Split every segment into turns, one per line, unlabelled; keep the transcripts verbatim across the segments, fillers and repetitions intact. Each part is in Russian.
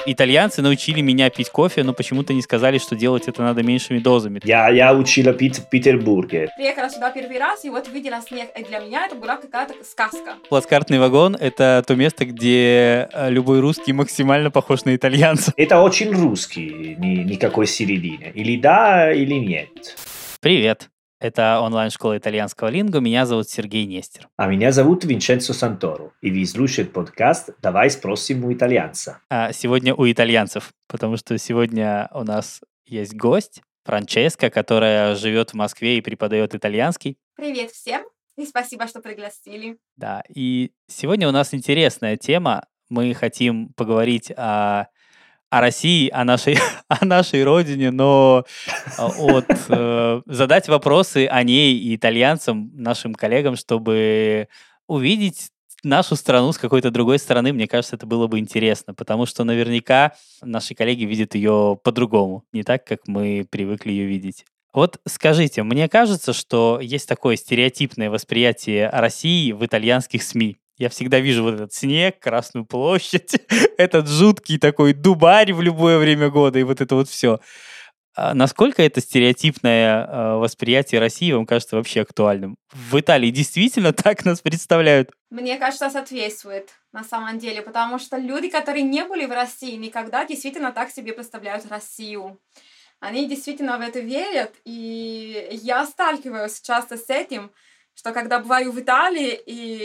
Итальянцы научили меня пить кофе, но почему-то не сказали, что делать это надо меньшими дозами.
Я, я учила пить в Петербурге.
Приехала сюда первый раз, и вот видела снег, и для меня это была какая-то сказка.
Плацкартный вагон — это то место, где любой русский максимально похож на итальянца.
Это очень русский, ни, никакой середины. Или да, или нет.
Привет. Это онлайн-школа итальянского лингу. Меня зовут Сергей Нестер.
А меня зовут Винченцо Санторо. И вы слушаете подкаст «Давай спросим у итальянца».
А сегодня у итальянцев, потому что сегодня у нас есть гость, Франческа, которая живет в Москве и преподает итальянский.
Привет всем, и спасибо, что пригласили.
Да, и сегодня у нас интересная тема. Мы хотим поговорить о... о России, о нашей, о нашей родине, но от, э, задать вопросы о ней и итальянцам, нашим коллегам, чтобы увидеть нашу страну с какой-то другой стороны. Мне кажется, это было бы интересно, потому что наверняка наши коллеги видят ее по-другому, не так, как мы привыкли ее видеть. Вот скажите, мне кажется, что есть такое стереотипное восприятие России в итальянских СМИ. Я всегда вижу вот этот снег, Красную площадь, этот жуткий такой Дубай в любое время года и вот это вот все. А насколько это стереотипное э, восприятие России вам кажется вообще актуальным? В Италии действительно так нас представляют?
Мне кажется, соответствует на самом деле, потому что люди, которые не были в России, никогда действительно так себе представляют Россию. Они действительно в это верят, и я сталкиваюсь часто с этим, что когда бываю в Италии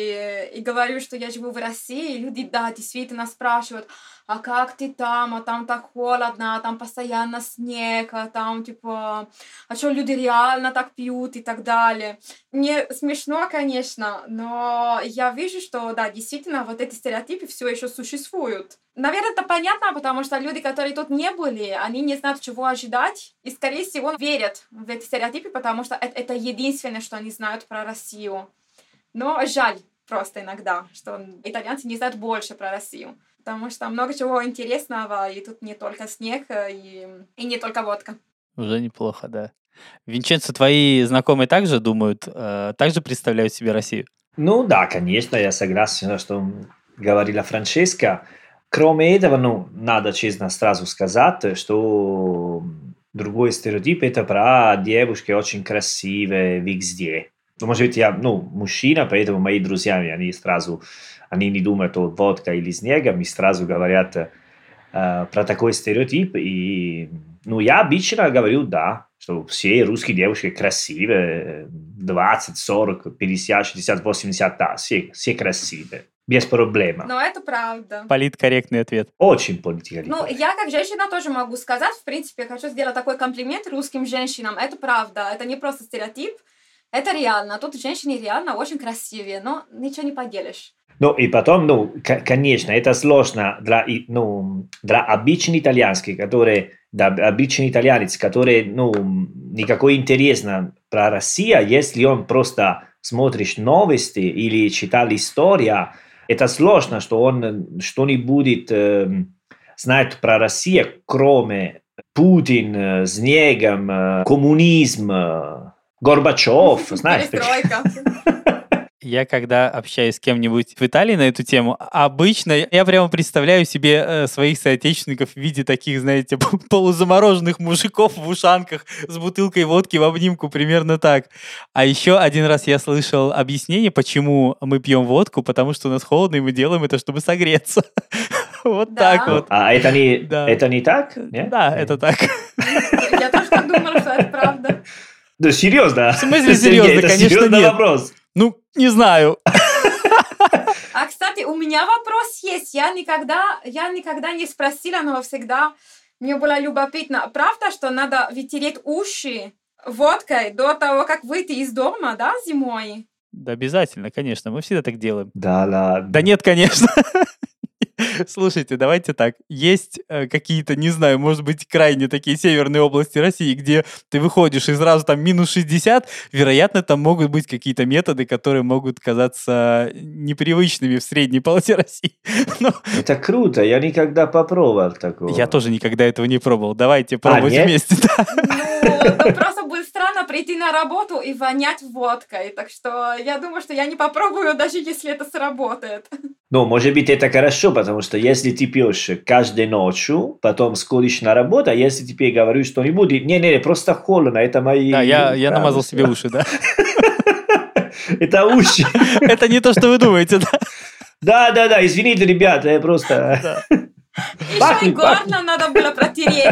и, и говорю, что я живу в России, люди, да, действительно спрашивают, а как ты там, а там так холодно, а там постоянно снег, а там, типа, а что люди реально так пьют и так далее. Мне смешно, конечно, но я вижу, что, да, действительно, вот эти стереотипы все еще существуют. Наверное, это понятно, потому что люди, которые тут не были, они не знают, чего ожидать, и, скорее всего, верят в эти стереотипы, потому что это, это единственное, что они знают про Россию. Но жаль просто иногда, что итальянцы не знают больше про Россию, потому что много чего интересного, и тут не только снег, и, и не только водка.
Уже неплохо, да. Винченцо, твои знакомые также думают, э, также представляют себе Россию?
Ну да, конечно, я согласен, что говорила Франческа. Кроме этого, ну, надо честно сразу сказать, что другой стереотип – это про девушки очень красивые везде. Может быть, я, ну, мужчина, поэтому мои друзья, они сразу, они не думают о водке или снеге, они сразу говорят э, про такой стереотип. И, ну, я обычно говорю, да, что все русские девушки красивые, двадцать, сорок, пятьдесят, шестьдесят, восемьдесят, да, все, все красивые. Без проблем.
Но это правда.
Политкорректный ответ.
Очень политкорректный.
Ну, я как женщина тоже могу сказать, в принципе, хочу сделать такой комплимент русским женщинам. Это правда, это не просто стереотип, это реально. Тут женщины реально очень красивые, но ничего не поделаешь.
Ну, и потом, ну, к- конечно, это сложно для, ну, для обычных итальянских, которые, да, обычный итальянец, который, ну, никакой интересно про Россию, если он просто смотрит новости или читал историю. Это сложно, что он что-нибудь э, знает про Россию, кроме Путин, э, снегом, э, коммунизм, э, Горбачев, знаешь.
Перестройка.
Я когда общаюсь с кем-нибудь в Италии на эту тему, обычно я прямо представляю себе э, своих соотечественников в виде таких, знаете, полузамороженных мужиков в ушанках с бутылкой водки в обнимку, примерно так. А еще один раз я слышал объяснение, почему мы пьем водку, потому что у нас холодно, и мы делаем это, чтобы согреться. Вот так вот.
А это не, это не так?
Да, это так.
Я тоже так думала, что это правда.
Да серьезно?
В смысле серьезно? Конечно, нет.
Вопрос.
Ну, не знаю.
А, кстати, у меня вопрос есть. Я никогда, я никогда не спросила, но всегда мне было любопытно. Правда, что надо вытереть уши водкой до того, как выйти из дома, да, зимой?
Да, обязательно, конечно. Мы всегда так делаем.
Да ладно.
Да нет, конечно. Слушайте, давайте так. Есть э, какие-то, не знаю, может быть, крайне такие северные области России, где ты выходишь и сразу там минус шестьдесят, вероятно, там могут быть какие-то методы, которые могут казаться непривычными в средней полосе России. Но...
Это круто, я никогда попробовал такого.
Я тоже никогда этого не пробовал. Давайте пробовать
а,
вместе. Да.
Ну, ну, просто будет странно прийти на работу и вонять водкой. Так что я думаю, что я не попробую, даже если это сработает.
Ну, может быть, это хорошо, потому что если ты пьешь каждой ночью, потом сходишь на работу, а если тебе говорю что-нибудь, не-не, просто холодно, это мои...
Да, я, я
Да,
намазал
ну
себе
что?
уши, да.
Это уши.
Это не то, что вы думаете, да?
Да-да-да, извините, ребята, я просто...
Да.
Еще и
Пахнет, пахнет.
горло надо было протереть.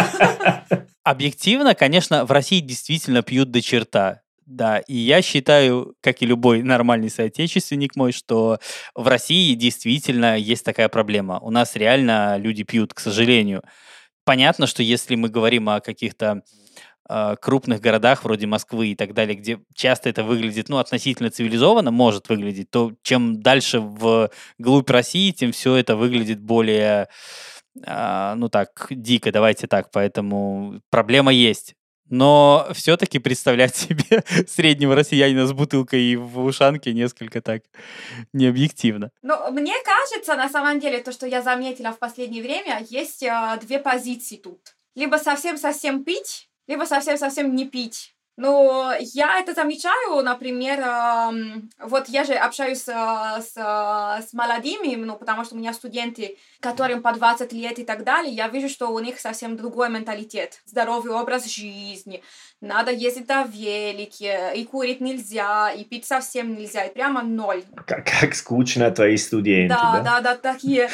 Объективно, конечно, в России действительно пьют до черта. Да, и я считаю, как и любой нормальный соотечественник мой, что в России действительно есть такая проблема. У нас реально люди пьют, к сожалению. Понятно, что если мы говорим о каких-то э, крупных городах вроде Москвы и так далее, где часто это выглядит, ну, относительно цивилизованно, может выглядеть, то чем дальше в глубь России, тем все это выглядит более, э, ну так, дико, давайте так, поэтому проблема есть. Но все-таки представлять себе среднего россиянина с бутылкой в ушанке несколько так необъективно.
Ну, мне кажется, на самом деле, то, что я заметила в последнее время, есть э, две позиции тут. Либо совсем-совсем пить, либо совсем-совсем не пить. Но я это замечаю, например, эм, вот я же общаюсь э, с, э, с молодыми, ну, потому что у меня студенты, которым по двадцать лет и так далее, я вижу, что у них совсем другой менталитет, здоровый образ жизни, надо ездить на велике, и курить нельзя, и пить совсем нельзя, и прямо ноль.
Как, как скучно твои студенты,
Да,
да?
да, да, такие.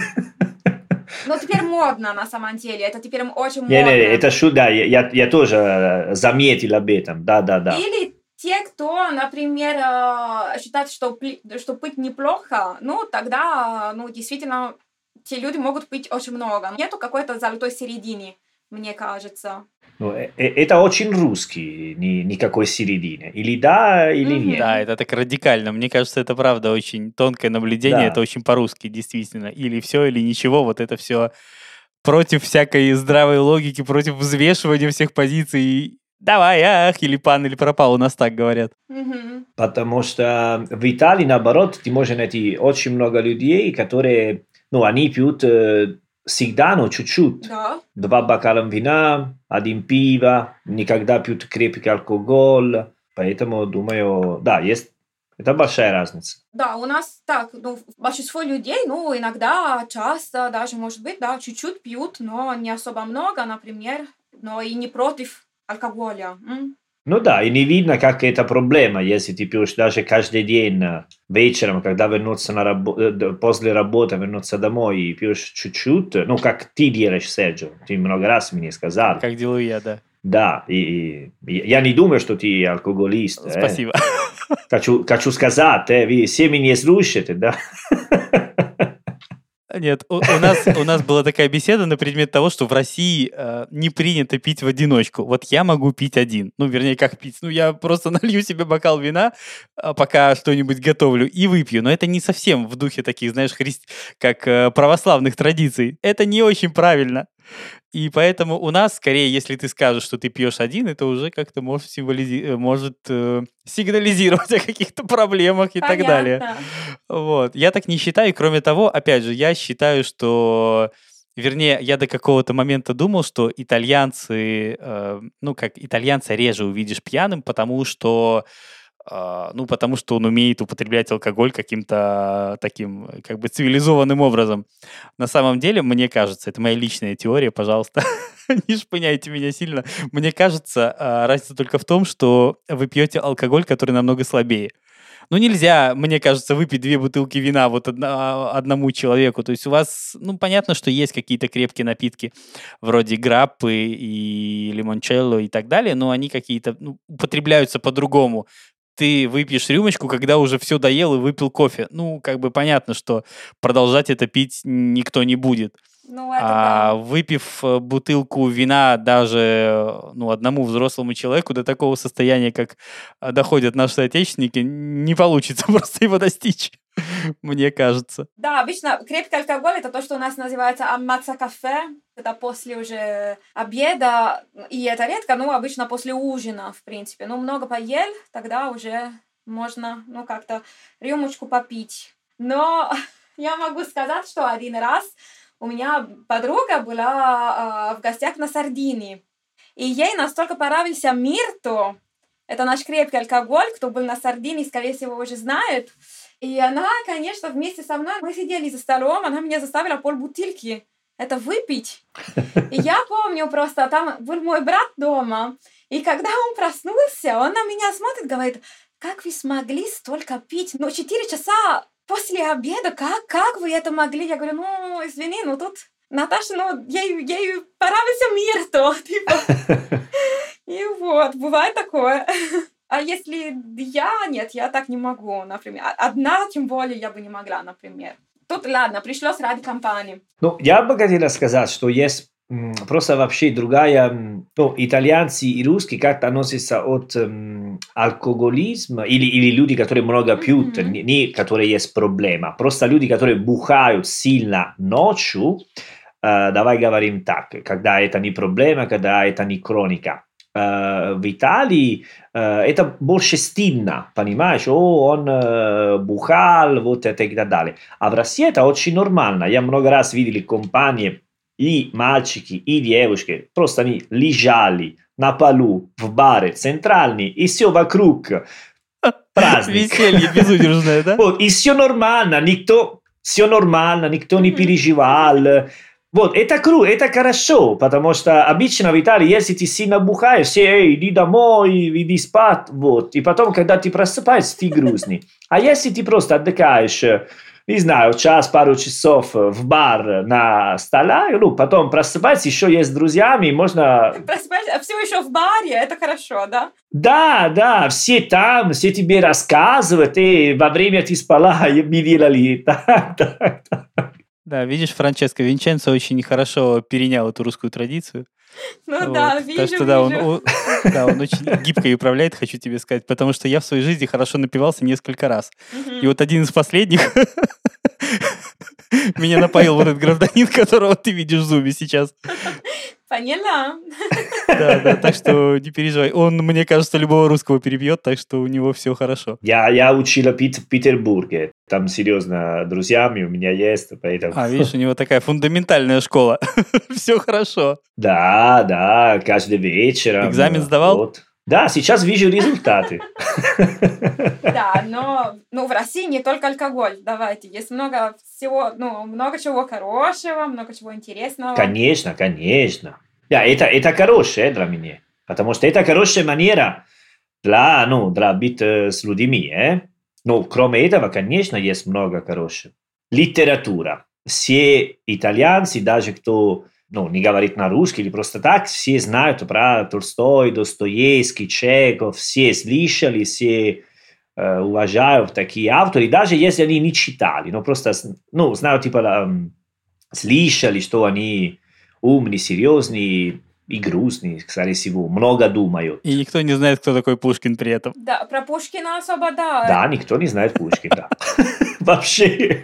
Ну, теперь модно, на самом деле. Это теперь очень модно.
Не-не, это шутка, да, я, я тоже заметил об этом, да-да-да.
Или те, кто, например, э, считает, что, пли- что пить неплохо, ну, тогда, ну, действительно, те люди могут пить очень много. Нету какой-то золотой середины, мне кажется.
Ну, э- э- это очень русский, ни, никакой середины. Или да, или
Мгм.
нет.
Да, это так радикально. Мне кажется, это правда очень тонкое наблюдение,
Да.
это очень по-русски, действительно. Или все, или ничего, вот это все против всякой здравой логики, против взвешивания всех позиций. Давай, ах, или пан, или пропал, у нас так говорят.
Мгм.
Потому что в Италии, наоборот, ты можешь найти очень много людей, которые, ну, они пьют э, всегда, но чуть-чуть.
Да.
Два бокала вина, один пива, никогда пьют крепкий алкоголь. Поэтому, думаю, да, есть, это большая разница.
Да, у нас так, ну, большинство людей, ну, иногда, часто, даже, может быть, да, чуть-чуть пьют, но не особо много, например, но и не против алкоголя. М?
Ну да, и не видно, как это проблема, если ты пьешь даже каждый день э, вечером, когда вернуться на рабо- э, после работы, вернуться домой и пьешь чуть-чуть, ну, как ты делаешь, Серджио, ты много раз мне сказал.
Как делаю я, да.
Да, и, и я не думаю, что ты алкоголист. э.
Спасибо.
Хочу, хочу сказать, э, вы все меня слушаете, да?
Нет, у, у нас, у нас была такая беседа на предмет того, что в России э, не принято пить в одиночку. Вот я могу пить один. Ну, вернее, как пить? Ну, я просто налью себе бокал вина, а, пока что-нибудь готовлю, и выпью. Но это не совсем в духе таких, знаешь, христ... как э, православных традиций. Это не очень правильно. И поэтому у нас, скорее, если ты скажешь, что ты пьешь один, это уже как-то может, символизи... может э, сигнализировать о каких-то проблемах и так далее.
Понятно.
Вот. Я так не считаю. Кроме того, опять же, я считаю, что... Вернее, я до какого-то момента думал, что итальянцы... э, ну, как итальянца реже увидишь пьяным, потому что... э, ну, потому что он умеет употреблять алкоголь каким-то таким, как бы, цивилизованным образом. На самом деле, мне кажется, это моя личная теория, пожалуйста, не шпыняйте меня сильно. Мне кажется, э, разница только в том, что вы пьете алкоголь, который намного слабее. Ну, нельзя, мне кажется, выпить две бутылки вина вот одна- одному человеку. То есть у вас, ну, понятно, что есть какие-то крепкие напитки вроде граппы и лимончелло и так далее, но они какие-то, ну, употребляются по-другому. Ты выпьешь рюмочку, когда уже все доел и выпил кофе. Ну, как бы понятно, что продолжать это пить никто не будет.
Ну, это
А
да.
выпив э, бутылку вина даже э, ну, одному взрослому человеку до такого состояния, как э, доходят наши соотечественники, не получится просто его достичь, мне кажется.
Да, обычно крепкий алкоголь это то, что у нас называется аммазza кафе. Это после уже обеда, и это редко, ну, обычно после ужина, в принципе. Ну, много поел, тогда уже можно, ну, как-то рюмочку попить. Но я могу сказать, что один раз у меня подруга была э, в гостях на Сардинии, и ей настолько понравился мирто, это наш крепкий алкоголь, кто был на Сардинии, скорее всего, уже знает. И она, конечно, вместе со мной, мы сидели за столом, она меня заставила полбутылки это выпить. И я помню просто, там был мой брат дома, и когда он проснулся, он на меня смотрит, говорит, как вы смогли столько пить? Ну, четыре часа после обеда, как, как вы это могли? Я говорю, ну, извини, ну тут Наташа, ну, ей, ей понравился мир, то, типа. И вот, бывает такое. А если я, нет, я так не могу, например. Одна, тем более, я бы не могла, например. Тут, ладно, пришлось ради компании.
Ну, я бы хотела сказать, что есть м, просто вообще другая... м, Ну, итальянцы и русские как-то относятся от м, алкоголизма, или, или люди, которые много пьют,
Мгм.
не, не которые есть проблема, просто люди, которые бухают сильно ночью, э, давай говорим так, когда это не проблема, когда это не хроника. Э, в Италии э, это больше стыдно, понимаешь? О, он э, бухал, вот это и так далее. А в России это очень нормально. Я много раз видел компании, и мальчики, и девушки, просто они лежали на полу в баре центральный, и все вокруг праздник.
Веселье безудержное, да?
Вот, и все нормально, никто, все нормально, никто не
Мгм.
переживал. Вот, это круто, это хорошо, потому что обычно в Италии, если ты сильно бухаешь, все, эй, иди домой, иди спать, вот. И потом, когда ты просыпаешься, ты грустный. А если ты просто отдыхаешь, не знаю, час, пару часов в бар на столе, ну, потом просыпаешься, еще есть с друзьями, можно...
Просыпаешься, а все еще в баре, это хорошо, да?
Да, да, все там, все тебе рассказывают, и во время ты спала, мы делали так, так, так.
Да, видишь, Франческо Винченцо очень хорошо перенял эту русскую традицию.
Ну
Вот.
да,
Так
вижу,
что да, он,
вижу.
о- да, он очень гибко и управляет, хочу тебе сказать, потому что я в своей жизни хорошо напивался несколько раз.
Мгм.
И вот один из последних меня напоил вот этот гражданин, которого ты видишь в зуме сейчас.
Поняла.
Да, да, так что не переживай. Он, мне кажется, любого русского перебьет, так что у него все хорошо.
Я, я учила пить в Петербурге. Там, серьезно, друзьями у меня есть, поэтому...
А, видишь, у него такая фундаментальная школа. Все хорошо.
Да, да, каждый вечер.
Экзамен сдавал?
Вот. Да, сейчас вижу результаты.
Да, но ну, в России не только алкоголь, давайте. Есть много всего, ну, много чего хорошего, много чего интересного.
Конечно, конечно. Да, это, это хорошее для меня. Потому что это хорошая манера для, ну, для быть э, с людьми. Э? Но кроме этого, конечно, есть много хорошего. Литература. Все итальянцы, даже кто ну, не говорит на русский или просто так, все знают про Толстой, Достоевский, Чехов, все слышали, все э, уважают такие авторы, даже если они не читали, но просто ну, знают, типа, эм, слышали, что они умные, серьезные и грустные, скорее всего, много думают.
И никто не знает, кто такой Пушкин при этом.
Да, про Пушкина особо, да.
Да, никто не знает Пушкина. Вообще.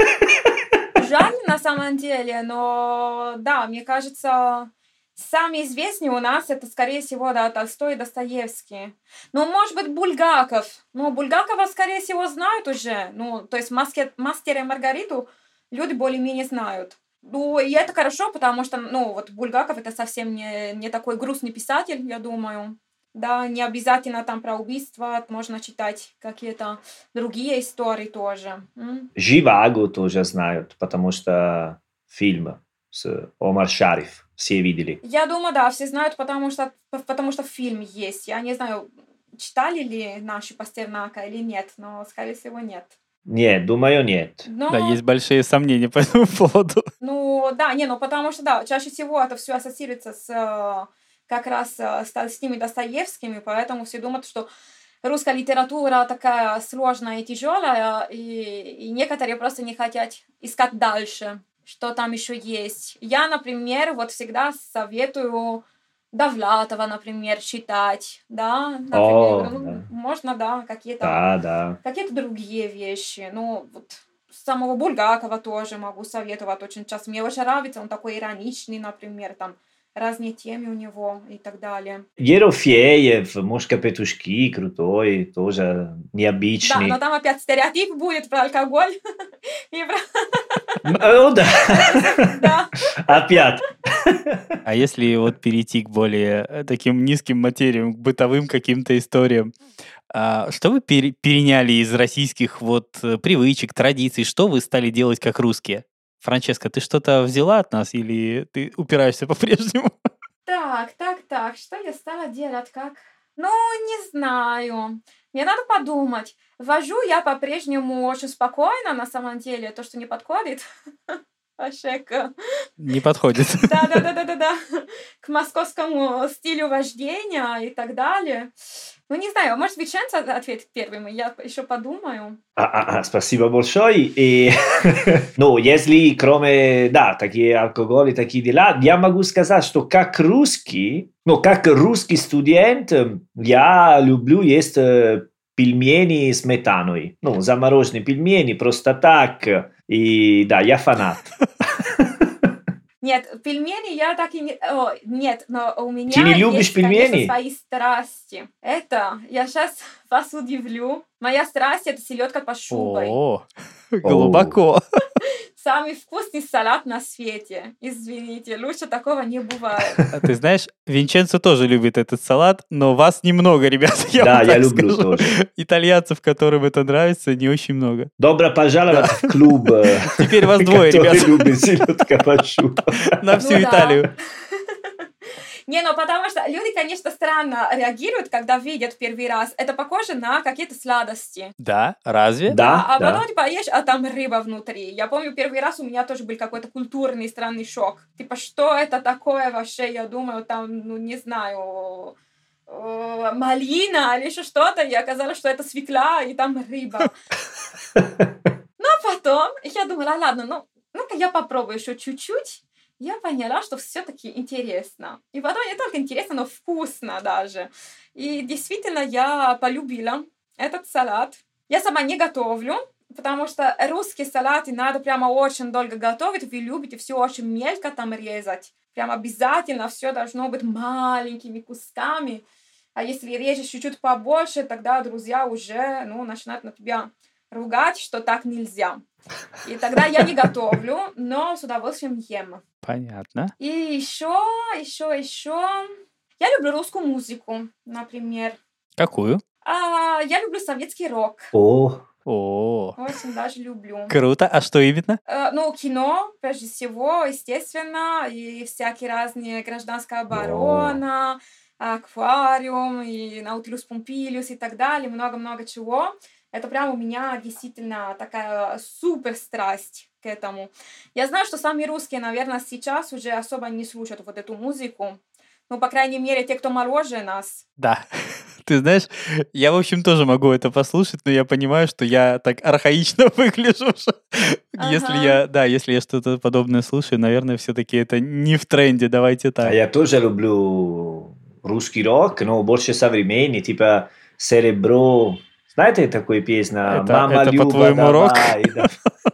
Жаль на самом деле, но да, мне кажется, самый известный у нас это, скорее всего, да, Толстой и Достоевский. Ну, может быть, Булгаков. Ну, Булгакова, скорее всего, знают уже. Ну, то есть мастер, мастера и Маргариту люди более-менее знают. Ну, и это хорошо, потому что, ну, вот Булгаков это совсем не, не такой грустный писатель, я думаю. Да, не обязательно там про убийство, можно читать какие-то другие истории тоже. М?
Живаго тоже знают, потому что фильм с Омар Шариф все видели.
Я думаю, да, все знают, потому что, потому что фильм есть. Я не знаю, читали ли наши Пастернака или нет, но, скорее всего, нет.
Нет, думаю, нет.
Но,
Да, есть большие сомнения по этому поводу.
ну, да, не, ну, потому что, да, чаще всего это все ассоциируется с э, как раз э, с Толстым и Достоевским, и поэтому все думают, что русская литература такая сложная и тяжелая, и, и некоторые просто не хотят искать дальше, что там еще есть. Я, например, вот всегда советую Довлатова, например, читать, да, например,
О,
ну,
да.
можно, да, какие-то
Да, да.
какие-то другие вещи, ну, вот самого Булгакова тоже могу советовать очень часто. Мне очень нравится, он такой ироничный, например, там разные темы у него и так далее.
Ерофеев, Мошка-Петушки, крутой, тоже
Да,
необычный.
но там опять стереотип будет про алкоголь. И про-
О, да.
Да.
Опять.
А если вот перейти к более э, таким низким материям, к бытовым каким-то историям, А, что вы пере- переняли из российских вот э, привычек, традиций? Что вы стали делать как русские? Франческа, ты что-то взяла от нас или ты упираешься по-прежнему?
Так, так, так, что я стала делать как? Ну, не знаю. Мне надо подумать. Вожу я по-прежнему очень спокойно, на самом деле, то, что не подходит. Вообще к...
Не подходит.
Да, да, да, да, да, да. К московскому стилю вождения и так далее. Ну, не знаю, может, Виченцо ответит первым, и я еще подумаю.
А, а, а, спасибо большое. И, ну, если кроме, да, такие алкоголи, такие дела, я могу сказать, что как русский, ну, как русский студент, я люблю есть э, пельмени с сметаной. Ну, замороженные пельмени, просто так. И да, я фанат.
Нет, пельмени я так и не... О, нет, но у меня
Ты не любишь
есть,
пельмени?
конечно, свои страсти. Это, я сейчас вас удивлю, моя страсть — это селедка под шубой.
О, глубоко.
Самый вкусный салат на свете. Извините, лучше такого не бывает.
А ты знаешь, Винченцо тоже любит этот салат, но вас немного, ребята, я
Да,
вам
я
так
люблю
скажу.
тоже.
Итальянцев, которым это нравится, не очень много.
Добро пожаловать в клуб. э,
Теперь вас двое,
который
ребята,
любит селедка под шубой.
на всю
Ну да.
Италию.
Не, ну потому что люди, конечно, странно реагируют, когда видят первый раз. Это похоже на какие-то сладости.
Да, разве?
Да,
а
да.
потом типа ешь, а там рыба внутри. Я помню, первый раз у меня тоже был какой-то культурный странный шок. Типа, что это такое вообще? Я думаю, там, ну, не знаю, э, малина или еще что-то. И оказалось, что это свекла, и там рыба. Но потом я думала, ладно, ну, ну-ка я попробую еще чуть-чуть. Я поняла, что все-таки интересно. И потом не только интересно, но вкусно даже. И действительно я полюбила этот салат. Я сама не готовлю, потому что русские салаты надо прямо очень долго готовить. Вы любите все очень мелько там резать. Прям обязательно все должно быть маленькими кусками. А если режешь чуть-чуть побольше, тогда друзья уже, ну, начинают на тебя ругать, что так нельзя. И тогда я не готовлю, но с удовольствием ем.
Понятно.
И еще, еще, еще... Я люблю русскую музыку, например.
Какую?
А, я люблю советский рок.
О,
О,
Очень даже люблю.
круто. А что именно?
Э, ну, кино, прежде всего, естественно, и всякие разные «Гражданская оборона», «Аквариум», и «Наутилус Помпилиус» и так далее, много-много чего. Это прям у меня действительно такая супер страсть к этому. Я знаю, что сами русские, наверное, сейчас уже особо не слушают вот эту музыку. Ну, по крайней мере, те, кто моложе нас.
Да. Ты знаешь, я, в общем, тоже могу это послушать, но я понимаю, что я так архаично выгляжу уже. Если
Ага.
я, да, если я что-то подобное слушаю, наверное, все-таки это не в тренде, давайте
а
так.
я тоже люблю русский рок, но больше современный, типа «Серебро». Знаете такую песню?
Это-
«Мама
это,
Люба,
по-твоему, рок?
давай». Да.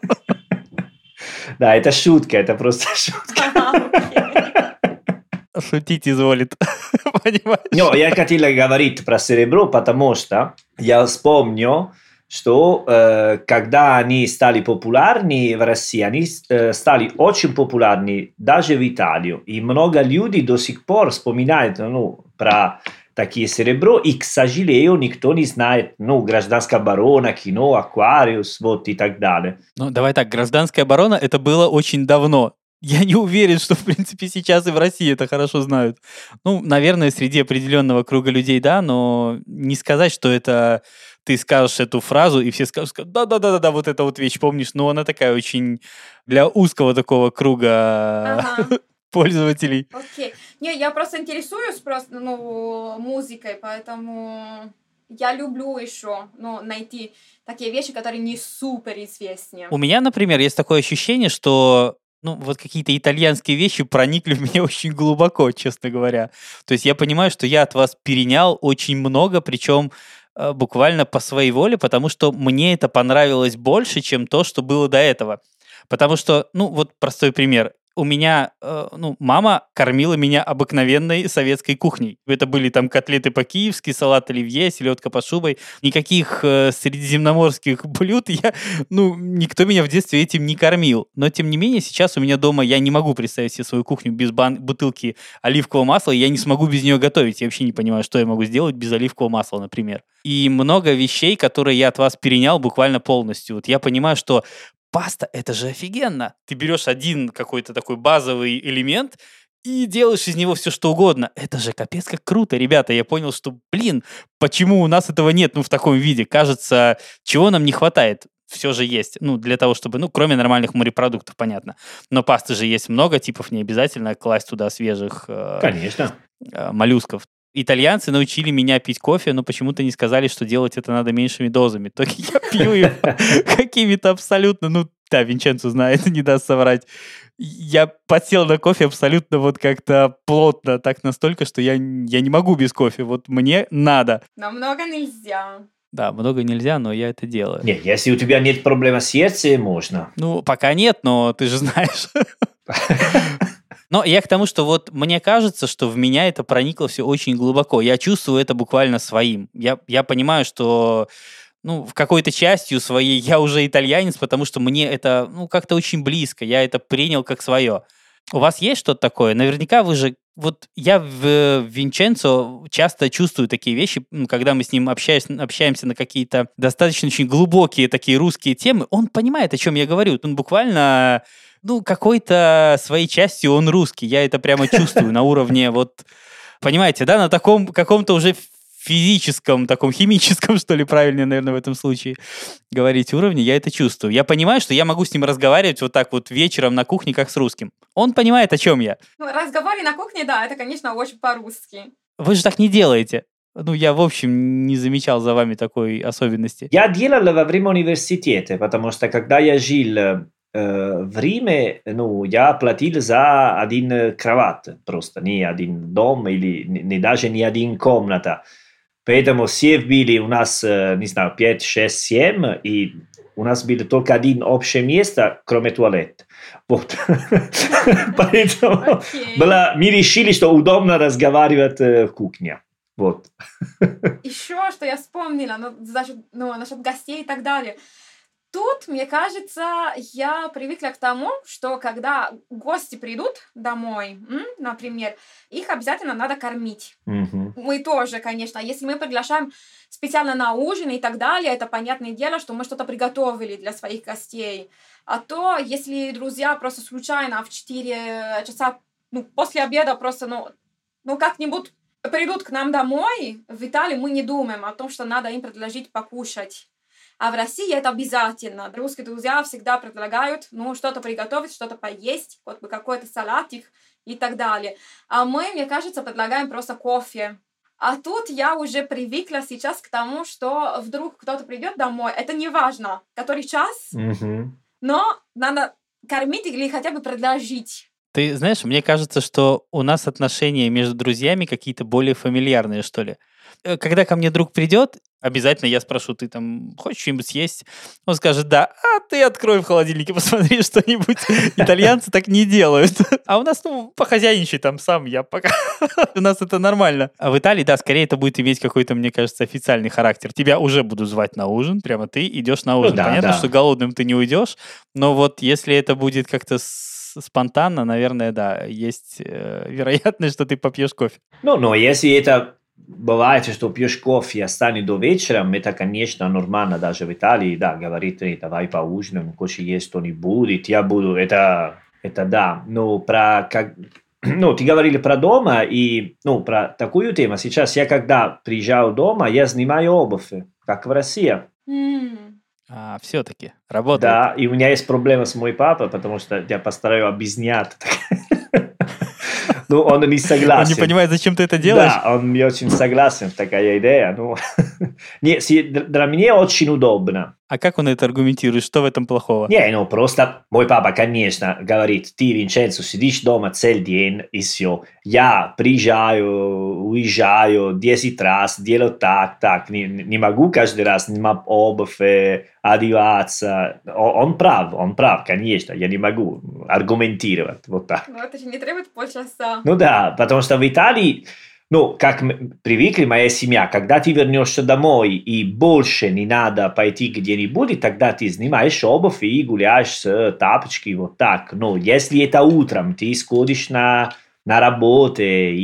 Да, это шутка, это просто шутка.
Ага, окей.
Шутить изволит, понимаешь?
Но я хотел говорить про «Серебро», потому что я вспомню, что э, когда они стали популярны в России, они э, стали очень популярны даже в Италии. И много людей до сих пор вспоминают ну, про такие «Серебро», и, к сожалению, никто не знает, ну, «Гражданская оборона», кино, «Аквариус», вот и так далее.
Ну, давай так, гражданская оборона, это было очень давно. Я не уверен, что, в принципе, сейчас и в России это хорошо знают. Ну, наверное, среди определенного круга людей, да, но не сказать, что это ты скажешь эту фразу, и все скажут, да-да-да-да, вот эта вот вещь, помнишь? Ну, она такая очень для узкого такого круга
Ага.
пользователей.
Окей. Не, я просто интересуюсь просто, ну, музыкой, поэтому я люблю еще, ну, найти такие вещи, которые не супер известны.
У меня, например, есть такое ощущение, что ну, вот какие-то итальянские вещи проникли в меня очень глубоко, честно говоря. То есть я понимаю, что я от вас перенял очень много, причем э, буквально по своей воле, потому что мне это понравилось больше, чем то, что было до этого. Потому что, ну, вот простой пример. у меня, э, ну, мама кормила меня обыкновенной советской кухней. Это были там котлеты по-киевски, салат оливье, селедка под шубой. Никаких э, средиземноморских блюд я, ну, никто меня в детстве этим не кормил. Но, тем не менее, сейчас у меня дома я не могу представить себе свою кухню без бан- бутылки оливкового масла, и я не смогу без нее готовить. Я вообще не понимаю, что я могу сделать без оливкового масла, например. И много вещей, которые я от вас перенял буквально полностью. Вот я понимаю, что паста — это же офигенно. Ты берешь один какой-то такой базовый элемент и делаешь из него все, что угодно. Это же капец как круто, ребята. Я понял, что, блин, почему у нас этого нет, ну, в таком виде? Кажется, чего нам не хватает? Все же есть. Ну, для того, чтобы, ну, кроме нормальных морепродуктов, понятно. Но пасты же есть много типов, не обязательно класть туда свежих э,
Конечно.
э, моллюсков. Итальянцы научили меня пить кофе, но почему-то не сказали, что делать это надо меньшими дозами. Только я пью его какими-то абсолютно, ну, да, Винченцо знает, не даст соврать. Я подсел на кофе абсолютно вот как-то плотно, так настолько, что я, я не могу без кофе. Вот мне надо.
Но много нельзя.
Да, много нельзя, но я это делаю.
Не, если у тебя нет проблемы с сердцем, можно.
Ну, пока нет, но ты же знаешь. Но я к тому, что вот мне кажется, что в меня это проникло все очень глубоко. Я чувствую это буквально своим. Я, я понимаю, что ну, в какой-то частью своей я уже итальянец, потому что мне это ну, как-то очень близко. Я это принял как свое. У вас есть что-то такое? Наверняка вы же... Вот я в Винченцо часто чувствую такие вещи, когда мы с ним общаюсь, общаемся на какие-то достаточно очень глубокие такие русские темы. Он понимает, о чем я говорю. Он буквально... Ну, какой-то своей частью он русский. Я это прямо чувствую на уровне вот, понимаете, да, на таком каком-то уже физическом, таком химическом, что ли, правильнее, наверное, в этом случае говорить уровне, я это чувствую. Я понимаю, что я могу с ним разговаривать вот так вот вечером на кухне, как с русским. Он понимает, о чем я.
Ну, разговоры на кухне, да, это, конечно, очень по-русски.
Вы же так не делаете. Ну, я, в общем, не замечал за вами такой особенности.
Я делал во время университета, потому что когда я жил в Риме, ну, я платил за один кровать, просто не один дом или не, даже не один комната. Поэтому все были у нас, не знаю, пять, шесть, семь, и у нас было только один общее место, кроме туалета. Вот. Поэтому мы решили, что удобно разговаривать в кухне. Вот.
Еще что я вспомнила, ну, ну, насчет гостей и так далее. Тут, мне кажется, я привыкла к тому, что когда гости придут домой, например, их обязательно надо кормить.
Mm-hmm.
Мы тоже, конечно. Если мы приглашаем специально на ужин и так далее, это понятное дело, что мы что-то приготовили для своих гостей. А то, если друзья просто случайно в четыре часа ну, после обеда просто ну, ну, как-нибудь придут к нам домой, в Италии мы не думаем о том, что надо им предложить покушать. А в России это обязательно. Русские друзья всегда предлагают, ну, что-то приготовить, что-то поесть, вот бы какой-то салатик и так далее. А мы, мне кажется, предлагаем просто кофе. А тут я уже привыкла сейчас к тому, что вдруг кто-то придет домой, это не важно, который час,
Mm-hmm.
но надо кормить или хотя бы предложить.
Ты знаешь, мне кажется, что у нас отношения между друзьями какие-то более фамильярные, что ли. Когда ко мне друг придет, обязательно я спрошу, ты там хочешь что-нибудь съесть? Он скажет, да, а ты открой в холодильнике, посмотри что-нибудь. Итальянцы так не делают. А у нас, ну, похозяйничай там сам, я пока... У нас это нормально. А в Италии, да, скорее это будет иметь какой-то, мне кажется, официальный характер. Тебя уже будут звать на ужин, прямо ты идешь на ужин.
Ну, да,
Понятно,
да.
что голодным ты не уйдешь, но вот если это будет как-то спонтанно, наверное, да, есть э, вероятность, что ты попьешь кофе.
Ну, но если это бывает, что пьешь кофе и останешь до вечера, это, конечно, нормально даже в Италии, да, говорит, давай поужинаем, хочешь есть что-нибудь, я буду, это, это да, но про, как, ну, ты говорили про дома, и, ну, про такую тему, сейчас я, когда приезжаю дома, я снимаю обувь, как в России.
Mm.
А, все-таки работает.
Да, и у меня есть проблема с моим папой, потому что я постараюсь объяснять. Ну, он не согласен.
Он не понимает, зачем ты это делаешь?
Да, он не очень согласен, такая идея. Ну, не, для меня очень удобно.
А как он это аргументирует? Что в этом плохого?
Не, ну, просто мой папа, конечно, говорит, ты, Винченцо, сидишь дома целый день, и все. Я приезжаю, уезжаю десять раз, делаю так, так. Не, не могу каждый раз снимать обувь, одеваться. Он прав, он прав, конечно, я не могу. аргументировать. Вот так.
Ну, это же не требует полчаса.
Ну да, потому что в Италии, ну, как мы привыкли, моя семья, когда ты вернешься домой и больше не надо пойти где-нибудь, тогда ты снимаешь обувь и гуляешь с тапочки, вот так. Но если это утром, ты сходишь на, на работу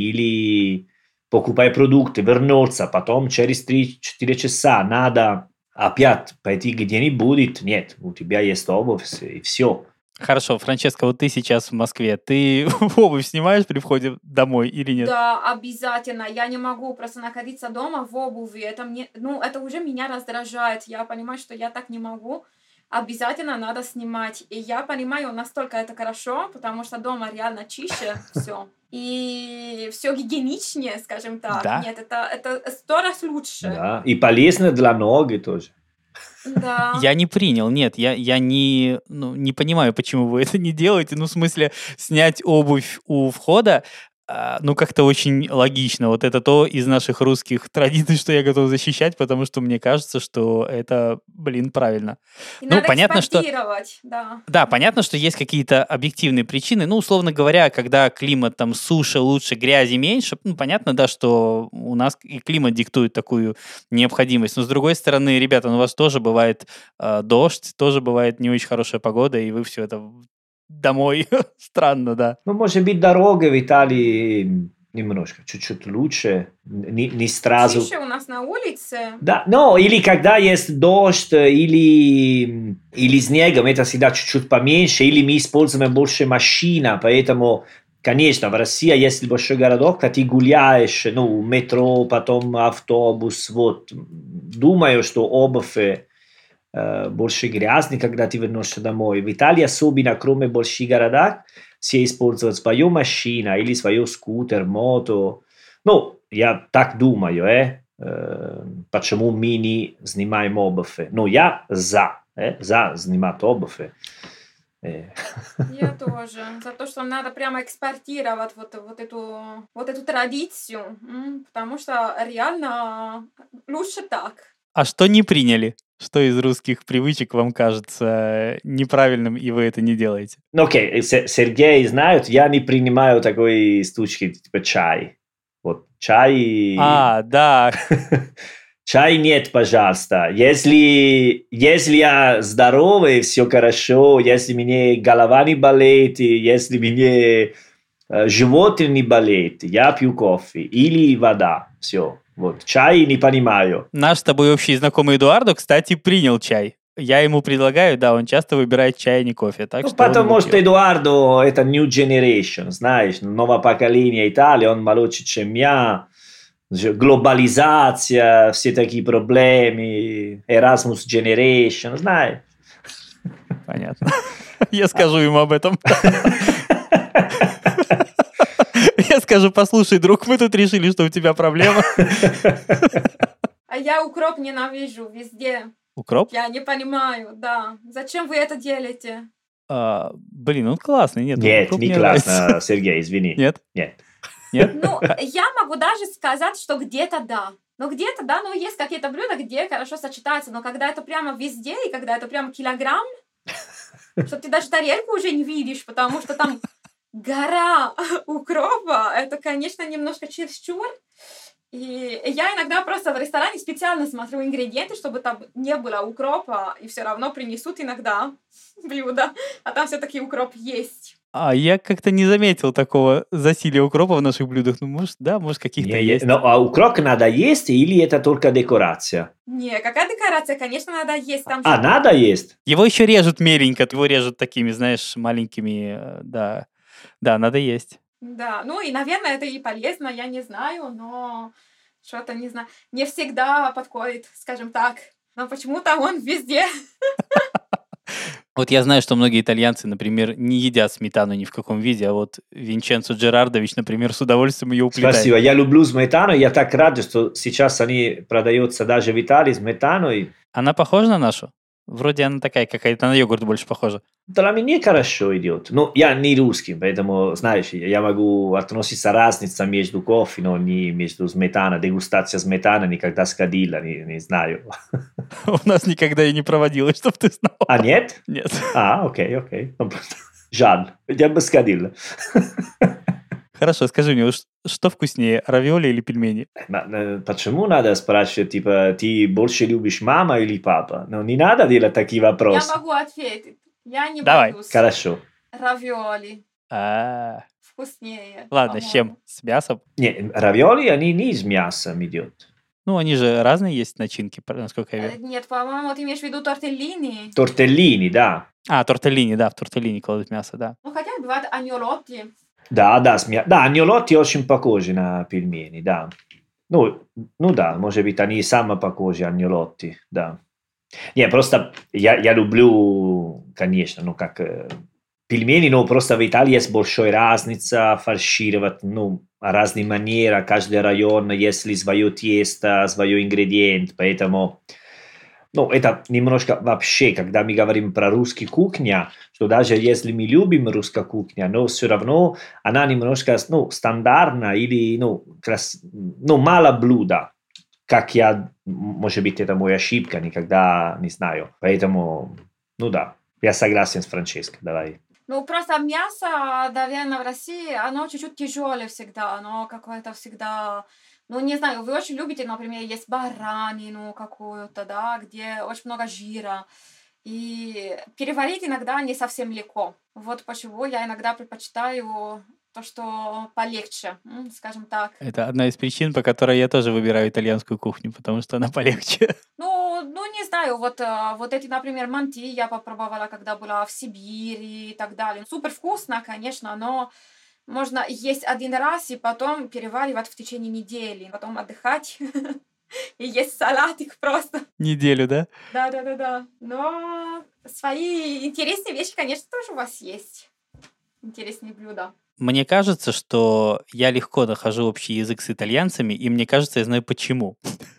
или покупай продукты, вернуться, потом через три-четыре часа надо опять пойти где-нибудь, нет, у тебя есть обувь и все.
Хорошо, Франческа, вот ты сейчас в Москве. Ты обувь снимаешь при входе домой или нет?
Да, обязательно. Я не могу просто находиться дома в обуви. Это мне, ну, это уже меня раздражает. Я понимаю, что я так не могу. Обязательно надо снимать. И я понимаю, настолько это хорошо, потому что дома реально чище все. И все гигиеничнее, скажем так.
Да?
Нет, это, это сто раз лучше.
Да, и полезно для ноги тоже.
Да.
Я не принял, нет, я, я не, ну, не понимаю, почему вы это не делаете. Ну, в смысле, снять обувь у входа, а, ну, как-то очень логично. Вот это то из наших русских традиций, что я готов защищать, потому что мне кажется, что это, блин, правильно.
И
Ну,
надо
понятно, что...
экспортировать, да.
Да, понятно, что есть какие-то объективные причины. Ну, условно говоря, когда климат там суше, лучше, грязи меньше, ну, понятно, да, что у нас и климат диктует такую необходимость. Но, с другой стороны, ребята, ну, у вас тоже бывает э, дождь, тоже бывает не очень хорошая погода, и вы все это домой. Странно, да.
Ну, может быть, дорога в Италии немножко, чуть-чуть лучше, не, не сразу.
Чище у нас на улице.
Да, но или когда есть дождь, или, или снегом, это всегда чуть-чуть поменьше, или мы используем больше машин, поэтому, конечно, в России, если большой городок, когда ты гуляешь, ну, метро, потом автобус, вот, думаю, что обувь э, больше грязный, когда ты вернешься домой. В Италии, особенно, кроме больших городов, все используют свою машину или свой скутер, мото. Ну, я так думаю, э, э, почему мы не снимаем обувь. Но я за, э, за снимать обувь. Э.
Я тоже. За то, что надо прямо экспортировать вот, вот, эту, вот эту традицию, м, потому что реально лучше так.
А что не приняли? Что из русских привычек вам кажется неправильным, и вы это не делаете?
Ну, окей, okay. Сергей знает, я не принимаю такой штучки, типа чай. Вот, чай...
А, да.
Чай нет, пожалуйста. Если, если я здоровый, все хорошо. Если мне голова не болит, если мне э, живот не болит, я пью кофе или вода. Все. Вот. Чай не понимаю.
Наш с тобой общий знакомый Эдуардо, кстати, принял чай. Я ему предлагаю, да, он часто выбирает чай, а не кофе. Так
Ну,
что
потому что Эдуардо это new generation, знаешь, новое поколение Италии, он моложе, чем я. Глобализация, все такие проблемы, Erasmus Generation, знаешь.
Понятно. Я скажу ему об этом. Я скажу, послушай, друг, мы тут решили, что у тебя проблема.
А я укроп ненавижу везде.
Укроп?
Я не понимаю, да. Зачем вы это делаете?
А, блин, он классный. Нет,
Нет, не классно, Сергей, извини.
Нет?
Нет.
Нет?
Ну, я могу даже сказать, что где-то да. Ну, где-то, да, но есть какие-то блюда, где хорошо сочетаются. Но когда это прямо везде, и когда это прямо килограмм, что ты даже тарелку уже не видишь, потому что там гора укропа, это, конечно, немножко чересчур. И я иногда просто в ресторане специально смотрю ингредиенты, чтобы там не было укропа, и все равно принесут иногда блюдо, а там все-таки укроп есть.
А я как-то не заметил такого засилия укропа в наших блюдах. Ну, может, да, может, каких-то
Не,
есть.
Но а укроп надо есть или это только декорация?
Не, какая декорация? Конечно, надо есть. Там
А,
же...
надо есть?
Его еще режут меленько, его режут такими, знаешь, маленькими, э, да. Да, надо есть.
Да, ну и, наверное, это и полезно, я не знаю, но что-то, не знаю, не всегда подходит, скажем так. Но почему-то он везде.
Вот я знаю, что многие итальянцы, например, не едят сметану ни в каком виде, а вот Винченцо Джерардович, например, с удовольствием ее уплетает.
Спасибо, я люблю сметану, я так рад, что сейчас они продаются даже в Италии сметаной.
Она похожа на нашу? Вроде она такая какая-то, на йогурт больше похожа.
Для меня хорошо идет. Ну, я не русский, поэтому, знаешь, я могу относиться разница между кофе, но не между сметаной. Дегустация сметаны никогда сходила, не, не знаю.
У нас никогда и не проводилось, чтобы ты знал.
А нет?
Нет.
А, окей, окей. Жаль, я бы сходил.
Хорошо, скажи мне, что вкуснее, равиоли или пельмени?
Почему надо спрашивать, типа, ты больше любишь мама или папа? Ну, не надо делать такие вопросы.
Я могу ответить. Я не
Давай.
боюсь.
Хорошо.
Равиоли.
А,
Вкуснее.
ладно, с чем?
по-моему.
С мясом?
Не, равиоли, они не из мяса идут.
Ну, они же разные есть начинки, насколько я
Э,
вижу.
Нет, по-моему, ты имеешь в виду тортеллини.
Тортеллини, да.
А, тортеллини, да, в тортеллини кладут мясо, да.
Ну, хотя бывает агнолотти.
Да, да, с мя... да, агнолотти очень похожи на пельмени, да. Ну, ну да, может быть, они самые похожи, агнолотти, да. Не, просто я, я люблю, конечно, ну, как э, пельмени, но просто в Италии есть большая разница фаршировать, ну, разные манеры, каждый район, если свое тесто, свой ингредиент, поэтому, ну, это немножко вообще, когда мы говорим про русскую кухню, что даже если мы любим русскую кухню, но все равно она немножко, ну, стандартна или, ну, крас... ну, мало блюда. Как я, может быть, это моя ошибка, никогда не знаю. Поэтому, ну да, я согласен с Франческой, давай.
Ну, просто мясо, наверное, в России, оно чуть-чуть тяжелее всегда, оно какое-то всегда... Ну, не знаю, вы очень любите, например, есть баранину какую-то, да, где очень много жира. И переварить иногда не совсем легко. Вот почему я иногда предпочитаю то, что полегче, м, скажем так.
Это одна из причин, по которой я тоже выбираю итальянскую кухню, потому что она полегче.
Ну, ну не знаю, вот, э, вот эти, например, манти я попробовала, когда была в Сибири и так далее. Супер вкусно, конечно, но можно есть один раз и потом переваривать в течение недели, потом отдыхать и есть салатик просто.
Неделю, да?
Да-да-да-да. Но свои интересные вещи, конечно, тоже у вас есть. Интересные блюда.
Мне кажется, что я легко нахожу общий язык с итальянцами, и мне кажется, я знаю почему.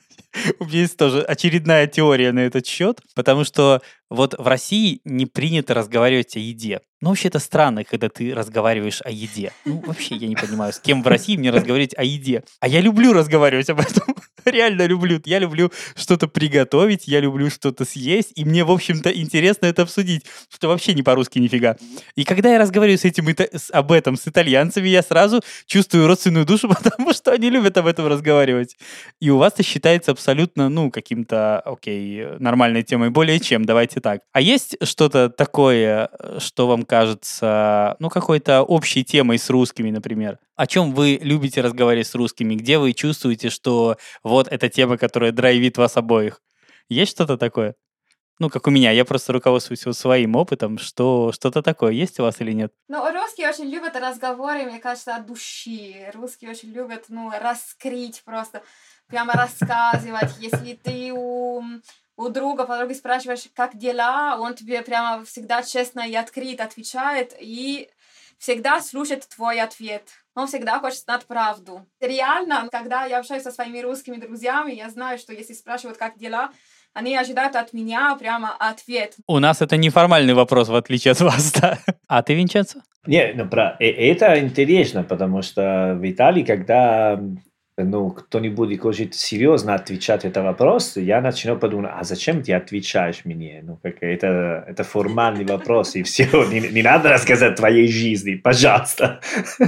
У меня есть тоже очередная теория на этот счет, потому что вот в России не принято разговаривать о еде. Ну, вообще, это странно, когда ты разговариваешь о еде. Ну, вообще, я не понимаю, с кем в России мне разговаривать о еде. А я люблю разговаривать об этом. Реально люблю. Я люблю что-то приготовить, я люблю что-то съесть, и мне, в общем-то, интересно это обсудить, что вообще не по-русски нифига. И когда я разговариваю с этим, ита- с- об этом с итальянцами, я сразу чувствую родственную душу, потому что они любят об этом разговаривать. И у вас это считается абсолютно, ну, каким-то, окей, нормальной темой, более чем, давайте так. А есть что-то такое, что вам кажется, ну, какой-то общей темой с русскими, например? О чем вы любите разговаривать с русскими? Где вы чувствуете, что вот эта тема, которая драйвит вас обоих? Есть что-то такое? Ну, как у меня, я просто руководствуюсь вот своим опытом, что что-то такое есть у вас или нет?
Ну, русские очень любят разговоры, мне кажется, от души. Русские очень любят, ну, раскрыть просто, прямо рассказывать. Если ты у, у друга, подруги спрашиваешь, как дела, он тебе прямо всегда честно и открыто отвечает и всегда слушает твой ответ. Он всегда хочет знать правду. Реально, когда я общаюсь со своими русскими друзьями, я знаю, что если спрашивают, как дела, они ожидают от меня прямо ответ.
У нас это неформальный вопрос, в отличие от вас, да. А ты, Винченцо?
Не, ну, про... э- это интересно, потому что в Италии, когда ну, кто-нибудь хочет серьезно отвечать на этот вопрос, я начну подумать, а зачем ты отвечаешь мне? Ну, как это, это формальный вопрос, и все, не, не надо рассказать о твоей жизни, пожалуйста.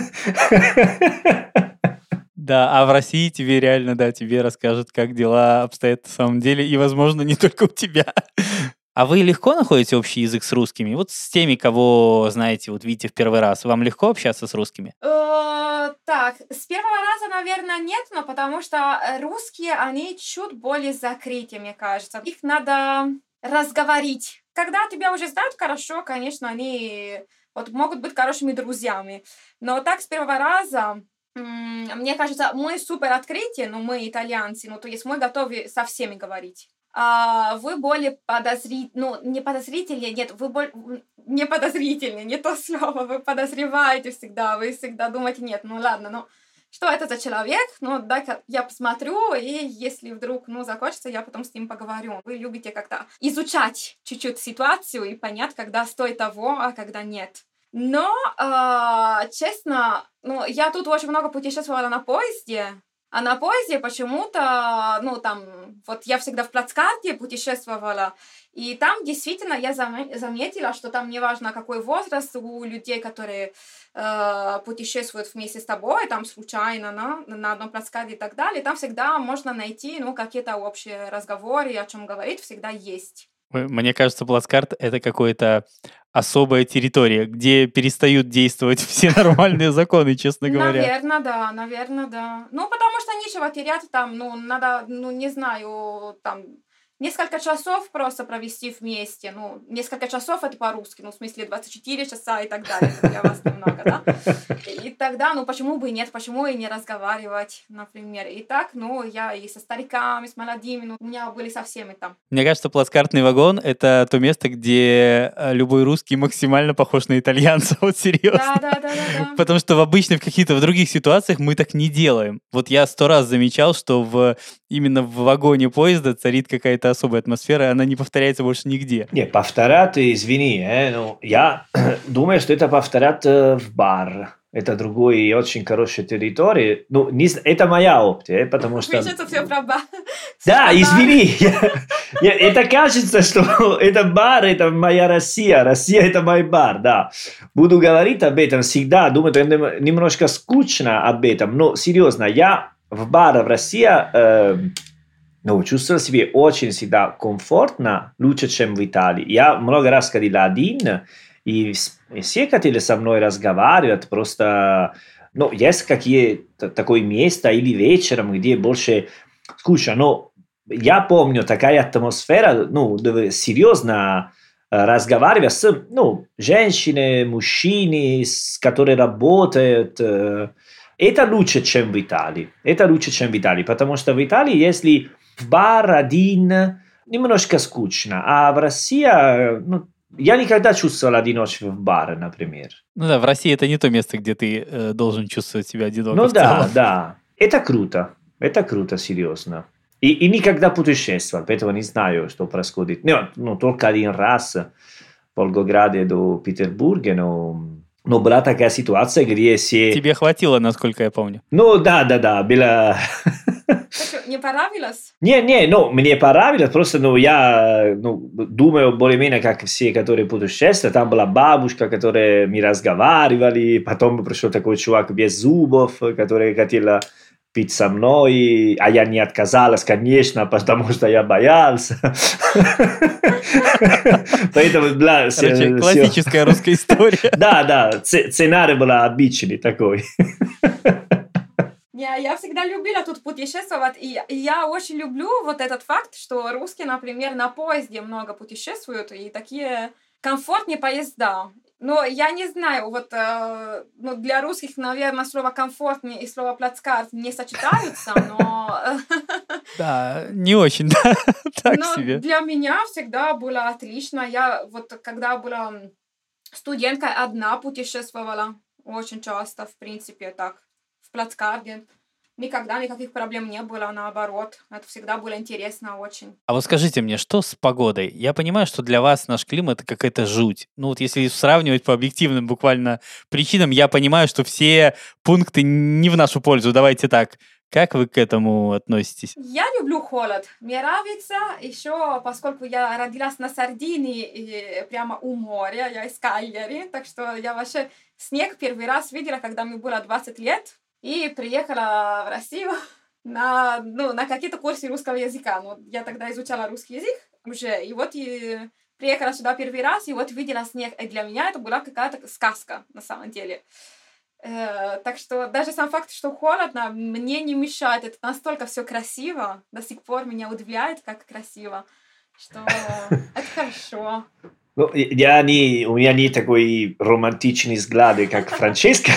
Да, а в России тебе реально, да, тебе расскажут, как дела обстоят на самом деле, и, возможно, не только у тебя. А вы легко находите общий язык с русскими? Вот с теми, кого, знаете, вот видите в первый раз. Вам легко общаться с русскими?
Э, Так, с первого раза, наверное, нет, но потому что русские, они чуть более закрыты, мне кажется. Их надо разговорить. Когда тебя уже знают хорошо, конечно, они вот могут быть хорошими друзьями. Но так с первого раза, м, мне кажется, мы супер открытие, ну, мы итальянцы, ну, то есть мы готовы со всеми говорить. А вы более подозрительны, ну, не подозрительнее, нет, вы более не подозрительнее, не то слово, вы подозреваете всегда, вы всегда думаете, нет, ну ладно, ну, что это за человек, ну, дай-ка я посмотрю, и если вдруг, ну, захочется, я потом с ним поговорю. Вы любите как-то изучать чуть-чуть ситуацию и понять, когда стоит того, а когда нет. Но, э, честно, ну, я тут очень много путешествовала на поезде, а на поезде почему-то, ну, там, вот я всегда в плацкарте путешествовала, И там действительно я заметила, что там не важно, какой возраст у людей, которые э, путешествуют вместе с тобой, там случайно на, на одном плацкарте и так далее, там всегда можно найти ну, какие-то общие разговоры, о чем говорить всегда есть.
Мне кажется, плацкарт — это какая-то особая территория, где перестают действовать все нормальные законы, честно говоря.
Наверное, да, наверное, да. Ну, потому что нечего терять там, ну, надо, ну, не знаю, там, несколько часов просто провести вместе. Ну, несколько часов это по-русски, ну, в смысле двадцать четыре часа и так далее. Это для вас немного, да? И тогда, ну, почему бы и нет, почему и не разговаривать, например. И так, ну, я и со стариками, с молодыми, ну, у меня были со всеми там.
Мне кажется, плацкартный вагон — это то место, где любой русский максимально похож на итальянца, вот серьезно.
Да, да, да, да, да.
Потому что в обычно в каких-то в других ситуациях мы так не делаем. Вот я сто раз замечал, что в именно в вагоне поезда царит какая-то особая атмосфера, и она не повторяется больше нигде.
Не, повторят, извини, э, но я думаю, что это повторят э, в бар. Это другой и очень хорошая территория. Ну, не, это моя опция, потому что...
Сейчас все про бар.
Да, извини. Я, я, это кажется, что это бар, это моя Россия. Россия — это мой бар, да. Буду говорить об этом всегда. Думаю, это немножко скучно об этом. Но серьезно, я в баре в России э, ну, чувствовал себя очень всегда комфортно, лучше, чем в Италии. Я много раз ходил один, и все хотели со мной разговаривать, просто, ну, есть какие-то такое место или вечером, где больше скучно, но я помню такая атмосфера, ну, серьезно разговаривать с, ну, женщинами, мужчинами, которые работают, это лучше, чем в Италии, это лучше, чем в Италии, потому что в Италии, если в бар один, немножко скучно, а в России, ну, я никогда чувствовал одиночество в баре, например.
Ну да, в России это не то место, где ты э, должен чувствовать себя одиноко.
Ну
в
да,
целом.
да. Это круто. Это круто, серьезно. И, и никогда путешествовал, поэтому не знаю, что происходит. Ну, ну только один раз в Волгограде до Петербурга, но, но была такая ситуация, где все...
Тебе хватило, насколько я помню.
Ну да, да, да, была...
Не понравилось?
Не, не, ну, мне понравилось, просто, ну, я, ну, думаю, более-менее, как все, которые путешествуют, там была бабушка, которая мы разговаривали, потом пришел такой чувак без зубов, который хотел пить со мной, а я не отказалась, конечно, потому что я боялся. Поэтому была...
Короче, классическая русская история.
Да, да, сценарий был обычный такой.
Я, я всегда любила тут путешествовать, и я очень люблю вот этот факт, что русские, например, на поезде много путешествуют, и такие комфортные поезда. Но я не знаю, вот э, ну, для русских, наверное, слово «комфортнее» и слово «плацкарт» не сочетаются, но...
Да, не очень, да, так
но
себе.
Для меня всегда было отлично. Я вот когда была студенткой, одна путешествовала очень часто, в принципе, так. В плацкарте. Никогда никаких проблем не было, наоборот. Это всегда было интересно очень.
А вот скажите мне, что с погодой? Я понимаю, что для вас наш климат — это какая-то жуть. Ну вот если сравнивать по объективным буквально причинам, я понимаю, что все пункты не в нашу пользу. Давайте так. Как вы к этому относитесь?
Я люблю холод. Мне нравится еще, поскольку я родилась на Сардинии, и прямо у моря, я из Кальяри, так что я вообще снег первый раз видела, когда мне было двадцать лет. И приехала в Россию на, ну, на какие-то курсы русского языка. Ну, я тогда изучала русский язык уже. И вот и приехала сюда первый раз, и вот видела снег. И для меня это была какая-то сказка, на самом деле. Э, так что даже сам факт, что холодно, мне не мешает. Это настолько все красиво. До сих пор меня удивляет, как красиво. Что это хорошо.
Ну, я не, у меня не такой романтичный взгляд, как Франческа.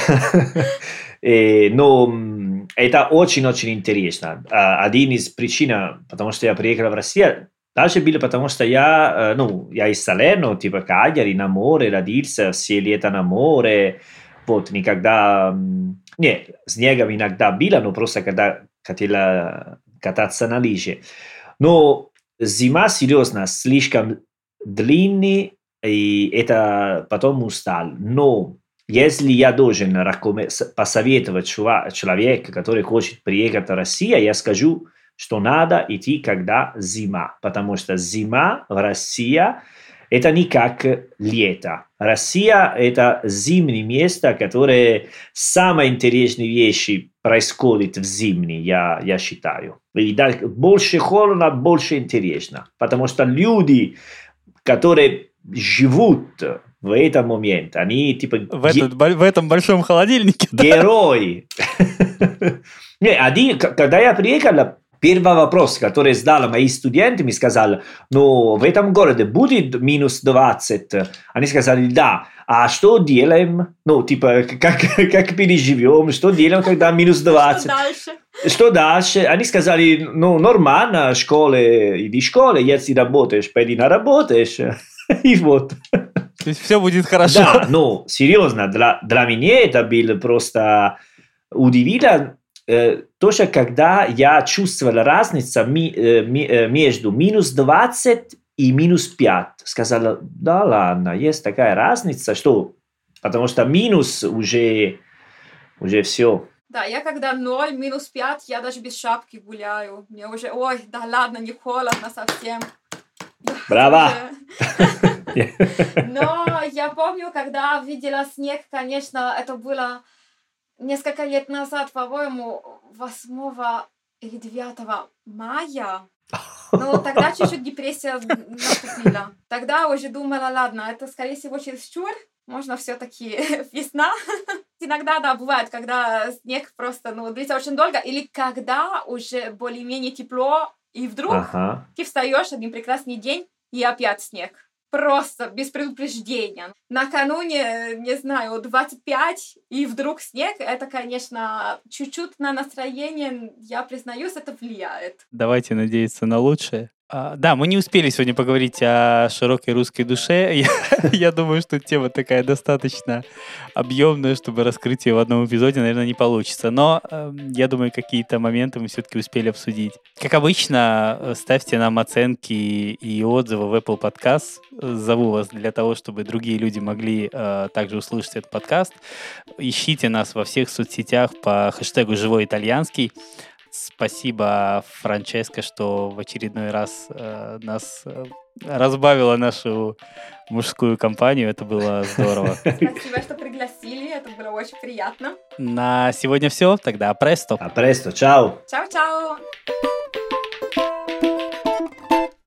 Но это очень-очень интересно. Один из причин, потому что я приехал в Россию, даже было потому, что я, ну, я из Салерно, типа Кальяри, на море, родился, все лето на море. Вот, никогда... Не, снегом иногда было, но просто когда хотела кататься на лыжи. Но зима, серьезно, слишком длинный, и это потом устал. Но если я должен посоветовать человеку, который хочет приехать в Россию, я скажу, что надо идти, когда зима. Потому что зима в России – это не как лето. Россия – это зимнее место, которое самые интересные вещи происходят в зимние, я, я считаю. И да, больше холодно, больше интересно. Потому что люди, которые живут в этот момент, они типа...
В, этот, в этом большом холодильнике.
Герои. Не, один, когда я приехал, первый вопрос, который задали мои студенты, мне сказали, ну, в этом городе будет минус двадцать? Они сказали, да. А что делаем? Ну, типа, как, как переживем? Что делаем, когда минус двадцать?
Что дальше?
Что дальше? Они сказали, ну, нормально, школе, иди в школу, если работаешь, пойди на работаешь. И вот.
То есть все будет хорошо.
Да, ну, серьезно, для, для меня это было просто удивительно. Тоже когда я чувствовал разницу ми, ми, между минус двадцать и минус пять. Сказала, да ладно, есть такая разница, что... Потому что минус уже, уже все.
Да, я когда ноль, минус пять, я даже без шапки гуляю. Мне уже, ой, да ладно, не холодно совсем.
Браво!
Но я помню, когда видела снег, конечно, это было несколько лет назад, по-моему, восьмого или девятого мая. Ну, тогда чуть-чуть депрессия наступила. Тогда уже думала, ладно, это, скорее всего, чересчур. Можно все-таки весна. Иногда, да, бывает, когда снег просто, ну, длится очень долго, или когда уже более-менее тепло, и вдруг ага. ты встаешь один прекрасный день, и опять снег. Просто без предупреждения. Накануне, не знаю, двадцать пять, и вдруг снег. Это, конечно, чуть-чуть на настроение, я признаюсь, это влияет.
Давайте надеяться на лучшее. А, да, мы не успели сегодня поговорить о широкой русской душе. Я, я думаю, что тема такая достаточно объемная, чтобы раскрыть ее в одном эпизоде, наверное, не получится. Но э, я думаю, какие-то моменты мы все-таки успели обсудить. Как обычно, ставьте нам оценки и отзывы в Apple Podcast. Зову вас для того, чтобы другие люди могли э, также услышать этот подкаст. Ищите нас во всех соцсетях по хэштегу «Живой итальянский». Спасибо, Франческа, что в очередной раз э, нас э, разбавила нашу мужскую компанию. Это было здорово.
Спасибо, что пригласили. Это было очень приятно.
На сегодня все. Тогда апресто.
Апресто. Чао.
Чао-чао.